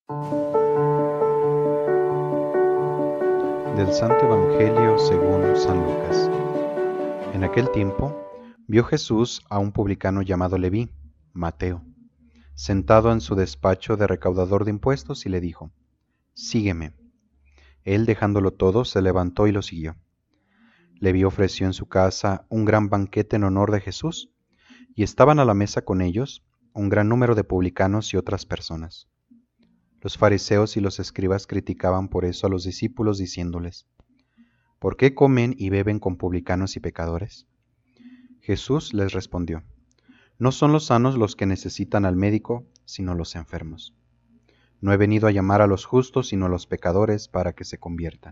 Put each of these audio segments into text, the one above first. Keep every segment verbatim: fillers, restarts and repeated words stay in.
Del Santo Evangelio según San Lucas. En aquel tiempo vio Jesús a un publicano llamado Leví, Mateo, sentado en su despacho de recaudador de impuestos y le dijo: Sígueme. Él, dejándolo todo, se levantó y lo siguió. Leví ofreció en su casa un gran banquete en honor de Jesús, y estaban a la mesa con ellos un gran número de publicanos y otras personas. Los fariseos y los escribas criticaban por eso a los discípulos, diciéndoles: ¿Por qué comen y beben con publicanos y pecadores? Jesús les respondió: No son los sanos los que necesitan al médico, sino los enfermos. No he venido a llamar a los justos, sino a los pecadores, para que se conviertan.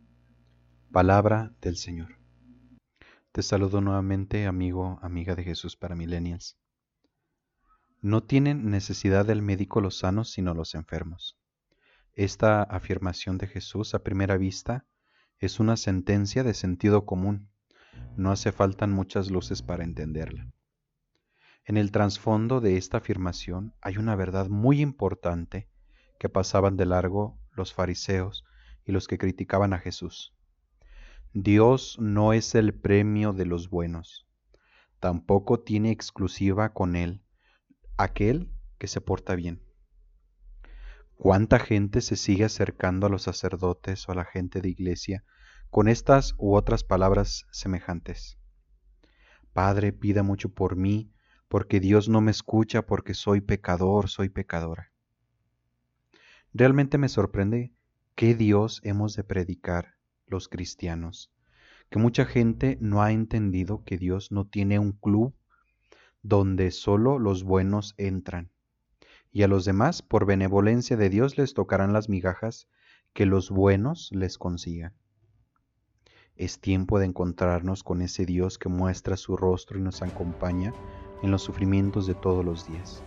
Palabra del Señor. Te saludo nuevamente, amigo, amiga de Jesús para Millennials. No tienen necesidad del médico los sanos, sino los enfermos. Esta afirmación de Jesús a primera vista es una sentencia de sentido común. No hace falta muchas luces para entenderla. En el trasfondo de esta afirmación hay una verdad muy importante que pasaban de largo los fariseos y los que criticaban a Jesús. Dios no es el premio de los buenos, tampoco tiene exclusiva con Él aquel que se porta bien. ¿Cuánta gente se sigue acercando a los sacerdotes o a la gente de iglesia con estas u otras palabras semejantes? Padre, pida mucho por mí, porque Dios no me escucha, porque soy pecador, soy pecadora. Realmente me sorprende qué Dios hemos de predicar los cristianos, que mucha gente no ha entendido que Dios no tiene un club donde solo los buenos entran, y a los demás, por benevolencia de Dios, les tocarán las migajas que los buenos les consigan. Es tiempo de encontrarnos con ese Dios que muestra su rostro y nos acompaña en los sufrimientos de todos los días.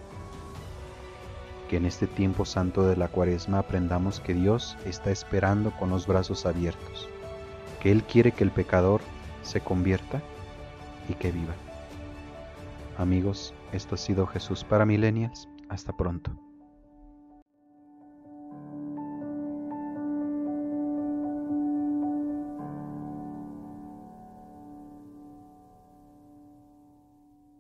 Que en este tiempo santo de la Cuaresma aprendamos que Dios está esperando con los brazos abiertos, que Él quiere que el pecador se convierta y que viva. Amigos, esto ha sido Jesús para Millennials. Hasta pronto.